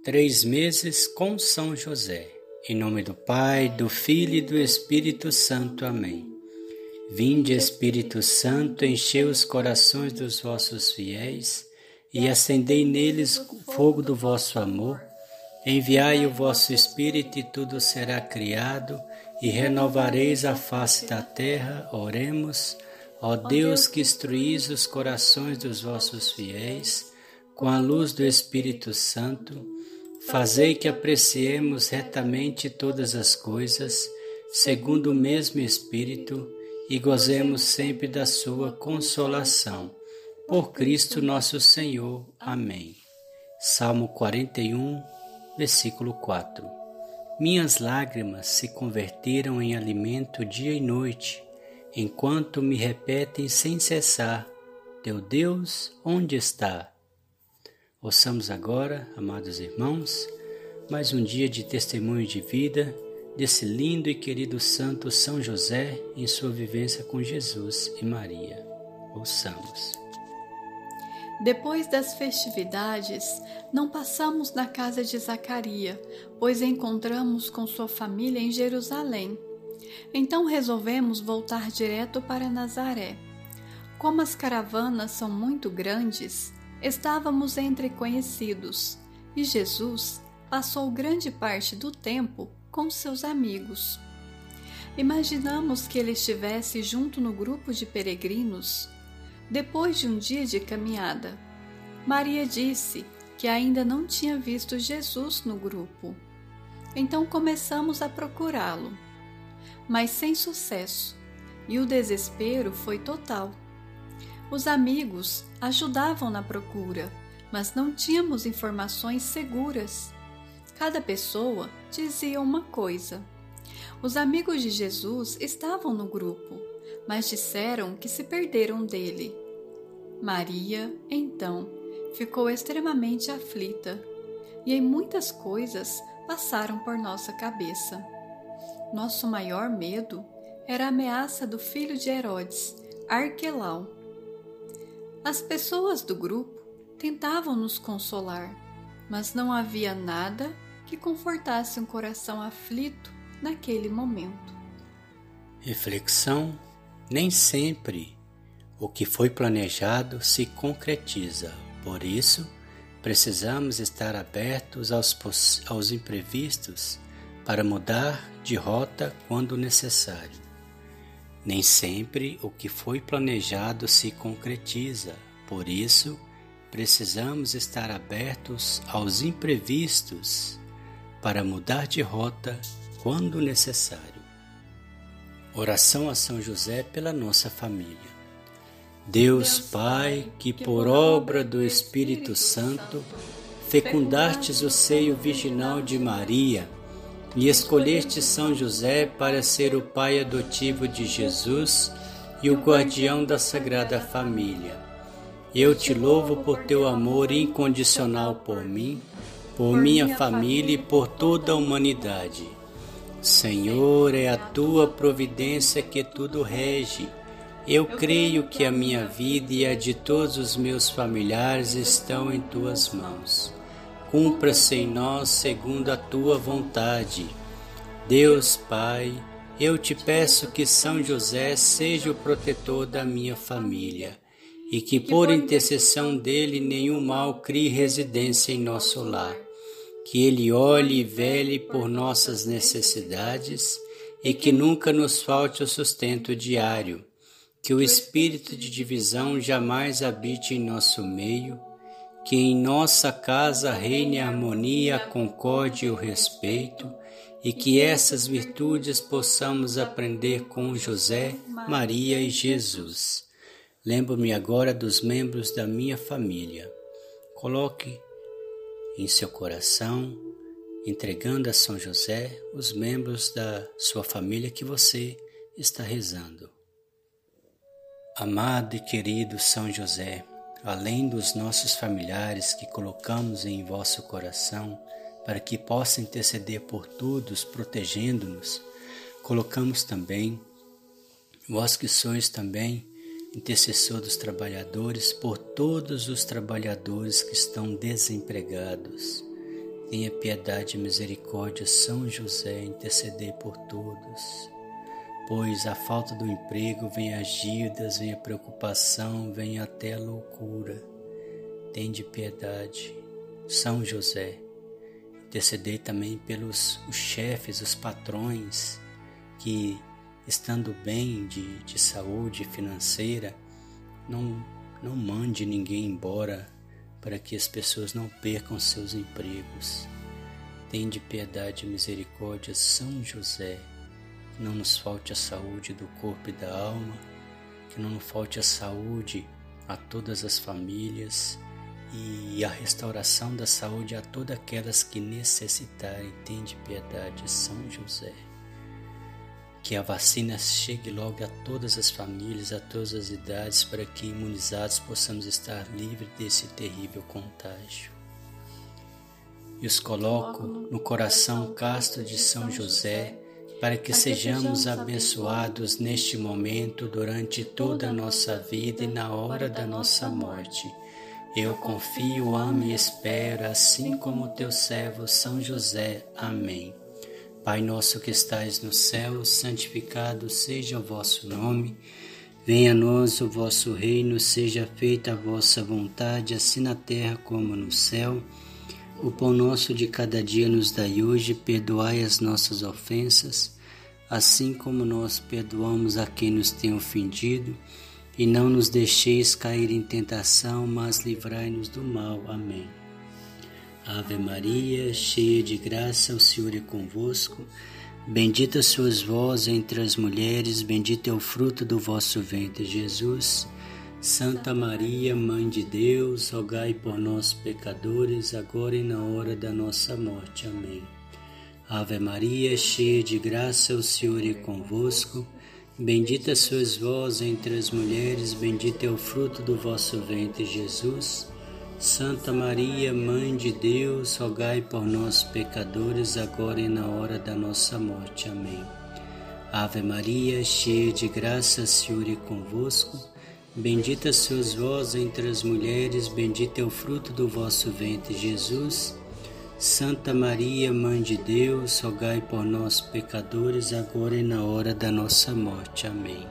3 meses com São José. Em nome do Pai, do Filho e do Espírito Santo. Amém. Vinde, Espírito Santo, enchei os corações dos vossos fiéis e acendei neles o fogo do vosso amor. Enviai o vosso Espírito e tudo será criado e renovareis a face da terra. Oremos. Ó Deus, que instruís os corações dos vossos fiéis com a luz do Espírito Santo, fazei que apreciemos retamente todas as coisas, segundo o mesmo Espírito, e gozemos sempre da sua consolação. Por Cristo nosso Senhor. Amém. Salmo 41, versículo 4. Minhas lágrimas se converteram em alimento dia e noite, enquanto me repetem sem cessar: Teu Deus, onde está? Ouçamos agora, amados irmãos, mais um dia de testemunho de vida desse lindo e querido santo São José em sua vivência com Jesus e Maria. Ouçamos. Depois das festividades, não passamos na casa de Zacarias, pois encontramos com sua família em Jerusalém. Então resolvemos voltar direto para Nazaré. Como as caravanas são muito grandes, estávamos entre conhecidos, e Jesus passou grande parte do tempo com seus amigos. Imaginamos que ele estivesse junto no grupo de peregrinos. Depois de um dia de caminhada, Maria disse que ainda não tinha visto Jesus no grupo. Então começamos a procurá-lo, mas sem sucesso, e o desespero foi total. Os amigos ajudavam na procura, mas não tínhamos informações seguras. Cada pessoa dizia uma coisa. Os amigos de Jesus estavam no grupo, mas disseram que se perderam dele. Maria, então, ficou extremamente aflita, e em muitas coisas passaram por nossa cabeça. Nosso maior medo era a ameaça do filho de Herodes, Arquelau. As pessoas do grupo tentavam nos consolar, mas não havia nada que confortasse um coração aflito naquele momento. Reflexão: nem sempre o que foi planejado se concretiza. Por isso, precisamos estar abertos aos imprevistos para mudar de rota quando necessário. Nem sempre o que foi planejado se concretiza. Por isso, precisamos estar abertos aos imprevistos para mudar de rota quando necessário. Oração a São José pela nossa família. Deus Pai, que por obra do Espírito Santo fecundastes o seio virginal de Maria e escolheste São José para ser o pai adotivo de Jesus e o guardião da Sagrada Família. Eu te louvo por teu amor incondicional por mim, por minha família e por toda a humanidade. Senhor, é a tua providência que tudo rege. Eu creio que a minha vida e a de todos os meus familiares estão em tuas mãos. Cumpra-se em nós segundo a tua vontade. Deus Pai, eu te peço que São José seja o protetor da minha família e que por intercessão dele nenhum mal crie residência em nosso lar. Que ele olhe e vele por nossas necessidades e que nunca nos falte o sustento diário. Que o espírito de divisão jamais habite em nosso meio. Que em nossa casa reine a harmonia, a concórdia e o respeito, e que essas virtudes possamos aprender com José, Maria e Jesus. Lembro-me agora dos membros da minha família. Coloque em seu coração, entregando a São José, os membros da sua família que você está rezando. Amado e querido São José, além dos nossos familiares que colocamos em vosso coração para que possa interceder por todos, protegendo-nos, colocamos também, vós que sois também intercessor dos trabalhadores, por todos os trabalhadores que estão desempregados. Tenha piedade e misericórdia, São José, intercedei por todos. Pois a falta do emprego, vem as dívidas, vem a preocupação, vem até a loucura. Tende piedade, São José. Intercedei também pelos os chefes, os patrões, que estando bem de saúde financeira, não mande ninguém embora, para que as pessoas não percam seus empregos. Tende piedade e misericórdia, São José. Que não nos falte a saúde do corpo e da alma, que não nos falte a saúde a todas as famílias e a restauração da saúde a todas aquelas que necessitarem. Tende piedade, São José. Que a vacina chegue logo a todas as famílias, a todas as idades, para que imunizados possamos estar livres desse terrível contágio. E os coloco no coração casto de São José, para que sejamos abençoados neste momento, durante toda a nossa vida e na hora da nossa morte. Eu confio, amo e espero, assim como teu servo São José. Amém. Pai nosso que estais no céu, santificado seja o vosso nome. Venha a nós o vosso reino, seja feita a vossa vontade, assim na terra como no céu. O pão nosso de cada dia nos dai hoje, perdoai as nossas ofensas, assim como nós perdoamos a quem nos tem ofendido, e não nos deixeis cair em tentação, mas livrai-nos do mal. Amém. Ave Maria, cheia de graça, o Senhor é convosco. Bendita sois vós entre as mulheres, bendito é o fruto do vosso ventre, Jesus. Santa Maria, Mãe de Deus, rogai por nós, pecadores, agora e na hora da nossa morte. Amém. Ave Maria, cheia de graça, o Senhor é convosco. Bendita sois vós entre as mulheres, bendito é o fruto do vosso ventre, Jesus. Santa Maria, Mãe de Deus, rogai por nós, pecadores, agora e na hora da nossa morte. Amém. Ave Maria, cheia de graça, o Senhor é convosco. Bendita sois vós entre as mulheres, bendito é o fruto do vosso ventre, Jesus. Santa Maria, Mãe de Deus, rogai por nós, pecadores, agora e na hora da nossa morte. Amém.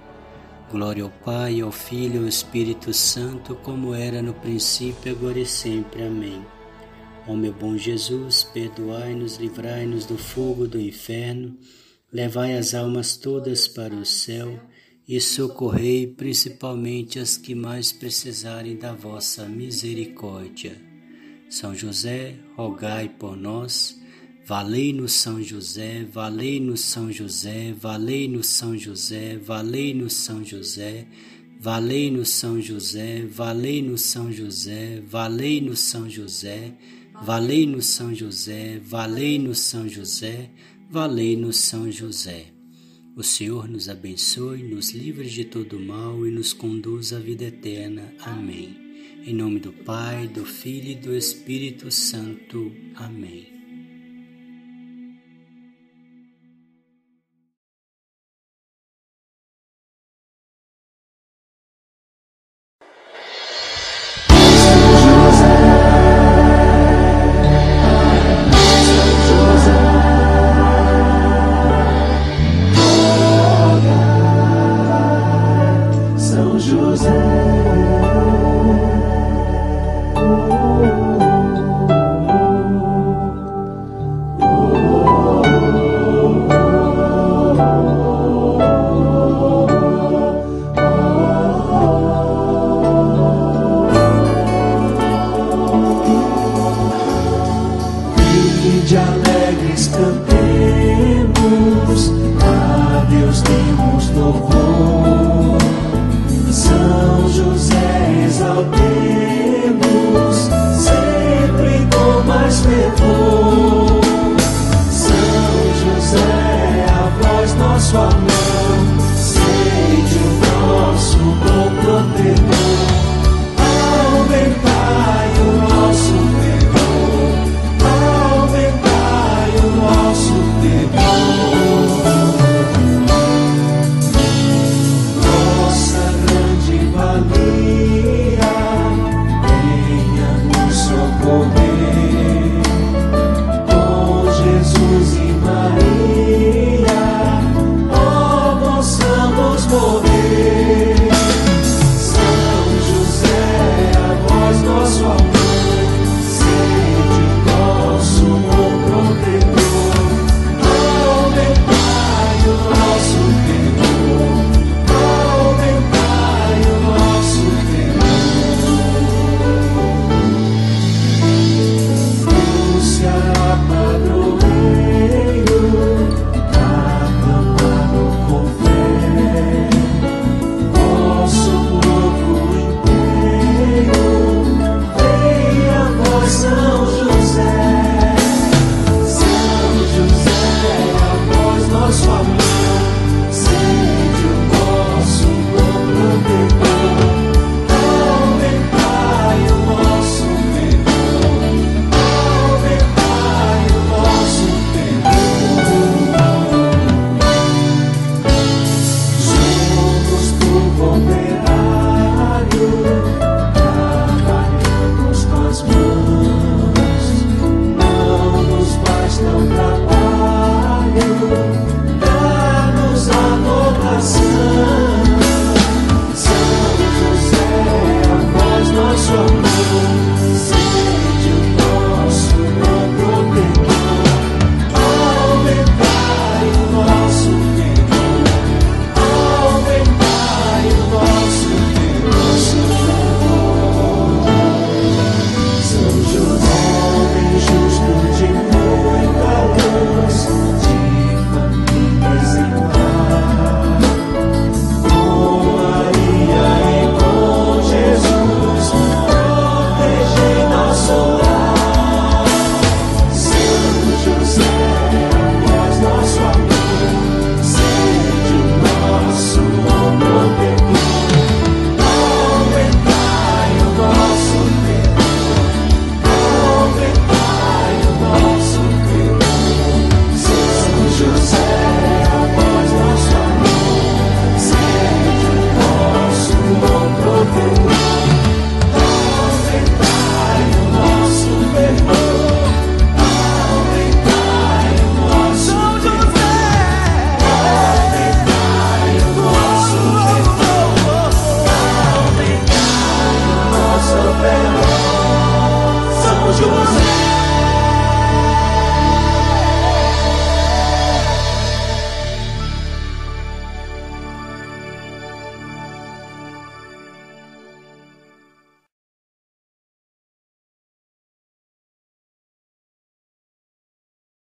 Glória ao Pai, ao Filho e ao Espírito Santo, como era no princípio, agora e sempre. Amém. Ó meu bom Jesus, perdoai-nos, livrai-nos do fogo do inferno, levai as almas todas para o céu e socorrei principalmente as que mais precisarem da vossa misericórdia. São José, rogai por nós. Valei-nos São José, valei-nos São José, valei-nos São José, valei-nos São José, valei-nos São José, valei-nos São José, valei-nos São José, valei-nos São José, valei-nos São José, valei-nos São José. O Senhor nos abençoe, nos livre de todo mal e nos conduz à vida eterna. Amém. Em nome do Pai, do Filho e do Espírito Santo. Amém. De alegres cantemos, a Deus demos louvor. São José, exaltemos.